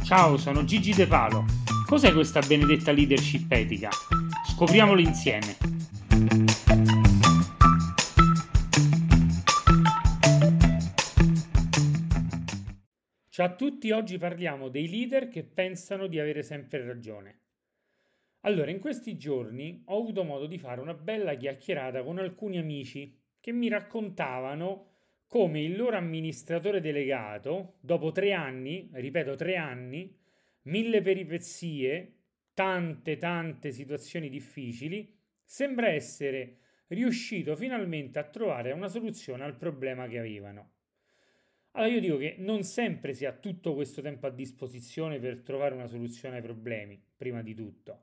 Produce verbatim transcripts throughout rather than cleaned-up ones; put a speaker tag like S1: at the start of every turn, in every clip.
S1: Ciao, sono Gigi De Palo. Cos'è questa benedetta leadership etica? Scopriamolo insieme. Ciao a tutti, oggi parliamo dei leader che pensano di avere sempre ragione. Allora, in questi giorni ho avuto modo di fare una bella chiacchierata con alcuni amici che mi raccontavano come il loro amministratore delegato, dopo tre anni, ripeto tre anni, mille peripezie, tante tante situazioni difficili, sembra essere riuscito finalmente a trovare una soluzione al problema che avevano. Allora io dico che non sempre si ha tutto questo tempo a disposizione per trovare una soluzione ai problemi, prima di tutto.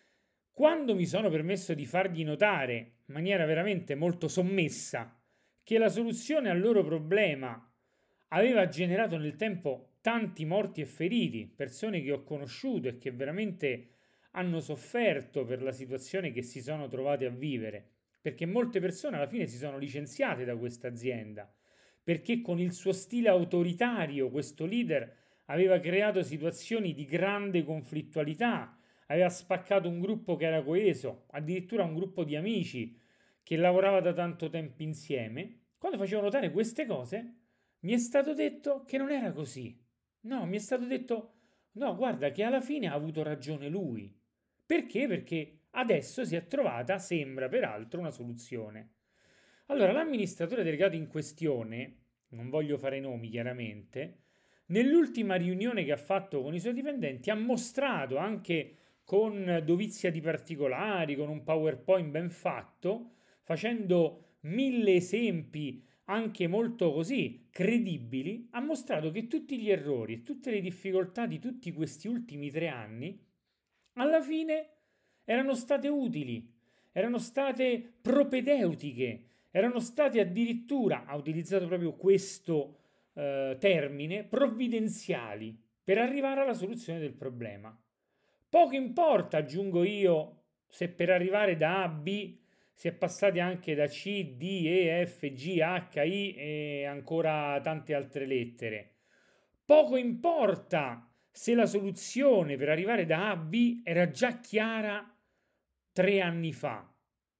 S1: Quando mi sono permesso di fargli notare in maniera veramente molto sommessa che la soluzione al loro problema aveva generato nel tempo tanti morti e feriti, persone che ho conosciuto e che veramente hanno sofferto per la situazione che si sono trovate a vivere, perché molte persone alla fine si sono licenziate da questa azienda, perché con il suo stile autoritario questo leader aveva creato situazioni di grande conflittualità, aveva spaccato un gruppo che era coeso, addirittura un gruppo di amici che lavorava da tanto tempo insieme. Quando facevo notare queste cose, mi è stato detto che non era così. No, mi è stato detto, no, guarda che alla fine ha avuto ragione lui. Perché? Perché adesso si è trovata, sembra peraltro, una soluzione. Allora, l'amministratore delegato in questione, non voglio fare nomi chiaramente, nell'ultima riunione che ha fatto con i suoi dipendenti ha mostrato anche con dovizia di particolari, con un PowerPoint ben fatto, facendo mille esempi anche molto così credibili, ha mostrato che tutti gli errori e tutte le difficoltà di tutti questi ultimi tre anni alla fine erano state utili, erano state propedeutiche, erano state addirittura, ha utilizzato proprio questo eh, termine, provvidenziali per arrivare alla soluzione del problema. Poco importa, aggiungo io, se per arrivare da A a B si è passati anche da C, D, E, F, G, H, I e ancora tante altre lettere. Poco importa se la soluzione per arrivare da A a B era già chiara tre anni fa.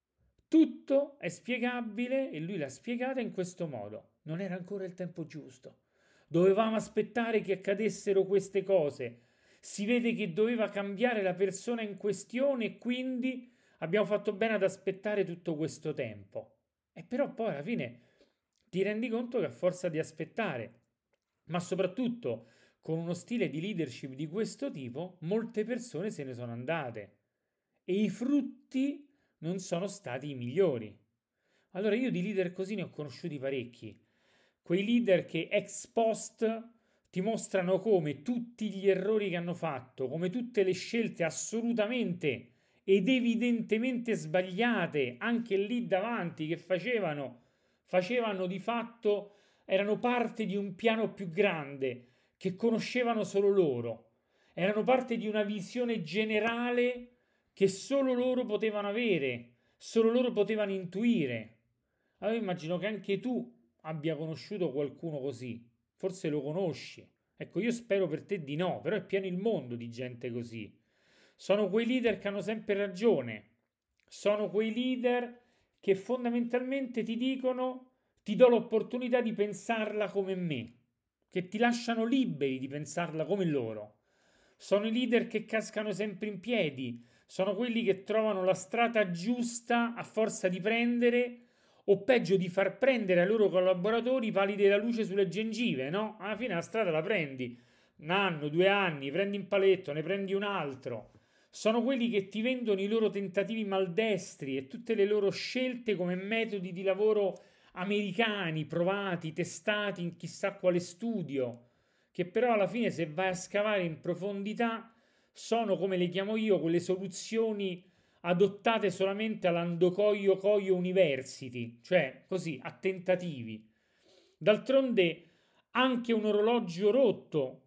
S1: Tutto è spiegabile e lui l'ha spiegata in questo modo. Non era ancora il tempo giusto. Dovevamo aspettare che accadessero queste cose. Si vede che doveva cambiare la persona in questione e quindi abbiamo fatto bene ad aspettare tutto questo tempo. E però poi alla fine ti rendi conto che a forza di aspettare, ma soprattutto con uno stile di leadership di questo tipo, molte persone se ne sono andate e i frutti non sono stati i migliori. Allora io di leader così ne ho conosciuti parecchi. Quei leader che ex post ti mostrano come tutti gli errori che hanno fatto, come tutte le scelte assolutamente ed evidentemente sbagliate, anche lì davanti, che facevano, facevano di fatto, erano parte di un piano più grande che conoscevano solo loro, erano parte di una visione generale che solo loro potevano avere, solo loro potevano intuire. Allora immagino che anche tu abbia conosciuto qualcuno così, forse lo conosci. Ecco, io spero per te di no, però è pieno il mondo di gente così. Sono quei leader che hanno sempre ragione, sono quei leader che fondamentalmente ti dicono ti do l'opportunità di pensarla come me, che ti lasciano liberi di pensarla come loro. Sono i leader che cascano sempre in piedi, sono quelli che trovano la strada giusta a forza di prendere o peggio di far prendere ai loro collaboratori i pali della luce sulle gengive, no? Alla fine la strada la prendi, un anno, due anni, prendi un paletto, ne prendi un altro. Sono quelli che ti vendono i loro tentativi maldestri e tutte le loro scelte come metodi di lavoro americani, provati, testati in chissà quale studio, che però alla fine se vai a scavare in profondità sono, come le chiamo io, quelle soluzioni adottate solamente all'Andocoio Coio University, cioè così, a tentativi. D'altronde anche un orologio rotto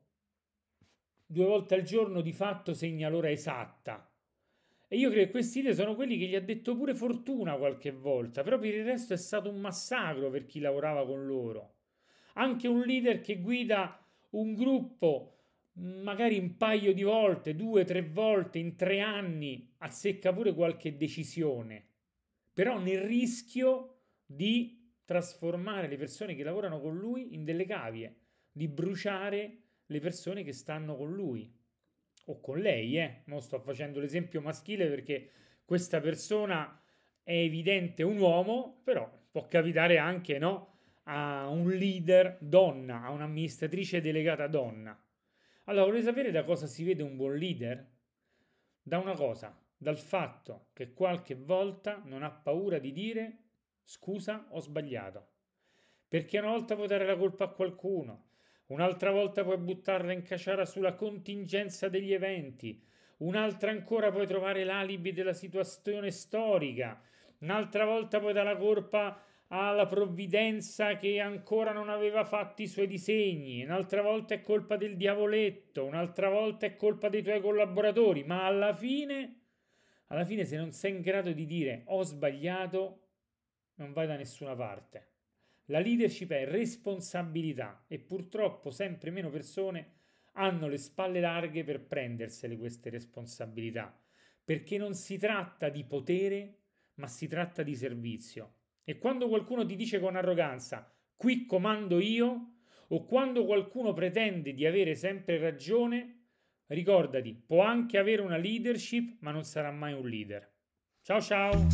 S1: due volte al giorno di fatto segna l'ora esatta. E io credo che questi idee sono quelli che gli ha detto pure Fortuna qualche volta, però per il resto è stato un massacro per chi lavorava con loro. Anche un leader che guida un gruppo magari un paio di volte, due, tre volte in tre anni azzecca pure qualche decisione, però nel rischio di trasformare le persone che lavorano con lui in delle cavie, di bruciare le persone che stanno con lui o con lei, eh. Mo sto facendo l'esempio maschile perché questa persona è evidente un uomo, però può capitare anche, no, a un leader donna, a un'amministratrice delegata donna. Allora, volete sapere da cosa si vede un buon leader? Da una cosa, dal fatto che qualche volta non ha paura di dire scusa, ho sbagliato. Perché una volta puoi dare la colpa a qualcuno, un'altra volta puoi buttarla in caciara sulla contingenza degli eventi, un'altra ancora puoi trovare l'alibi della situazione storica, un'altra volta puoi dare la colpa alla provvidenza che ancora non aveva fatto i suoi disegni, un'altra volta è colpa del diavoletto, un'altra volta è colpa dei tuoi collaboratori, ma alla fine, alla fine se non sei in grado di dire ho sbagliato, non vai da nessuna parte. La leadership è responsabilità e purtroppo sempre meno persone hanno le spalle larghe per prendersele queste responsabilità, perché non si tratta di potere, ma si tratta di servizio. E quando qualcuno ti dice con arroganza qui comando io, o quando qualcuno pretende di avere sempre ragione, ricordati, può anche avere una leadership, ma non sarà mai un leader. Ciao ciao!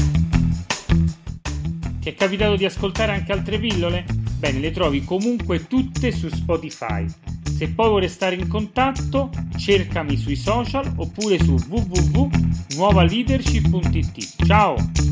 S1: Ti è capitato di ascoltare anche altre pillole? Bene, le trovi comunque tutte su Spotify. Se poi vuoi restare in contatto, cercami sui social oppure su w w w punto nuova leadership punto i t. Ciao!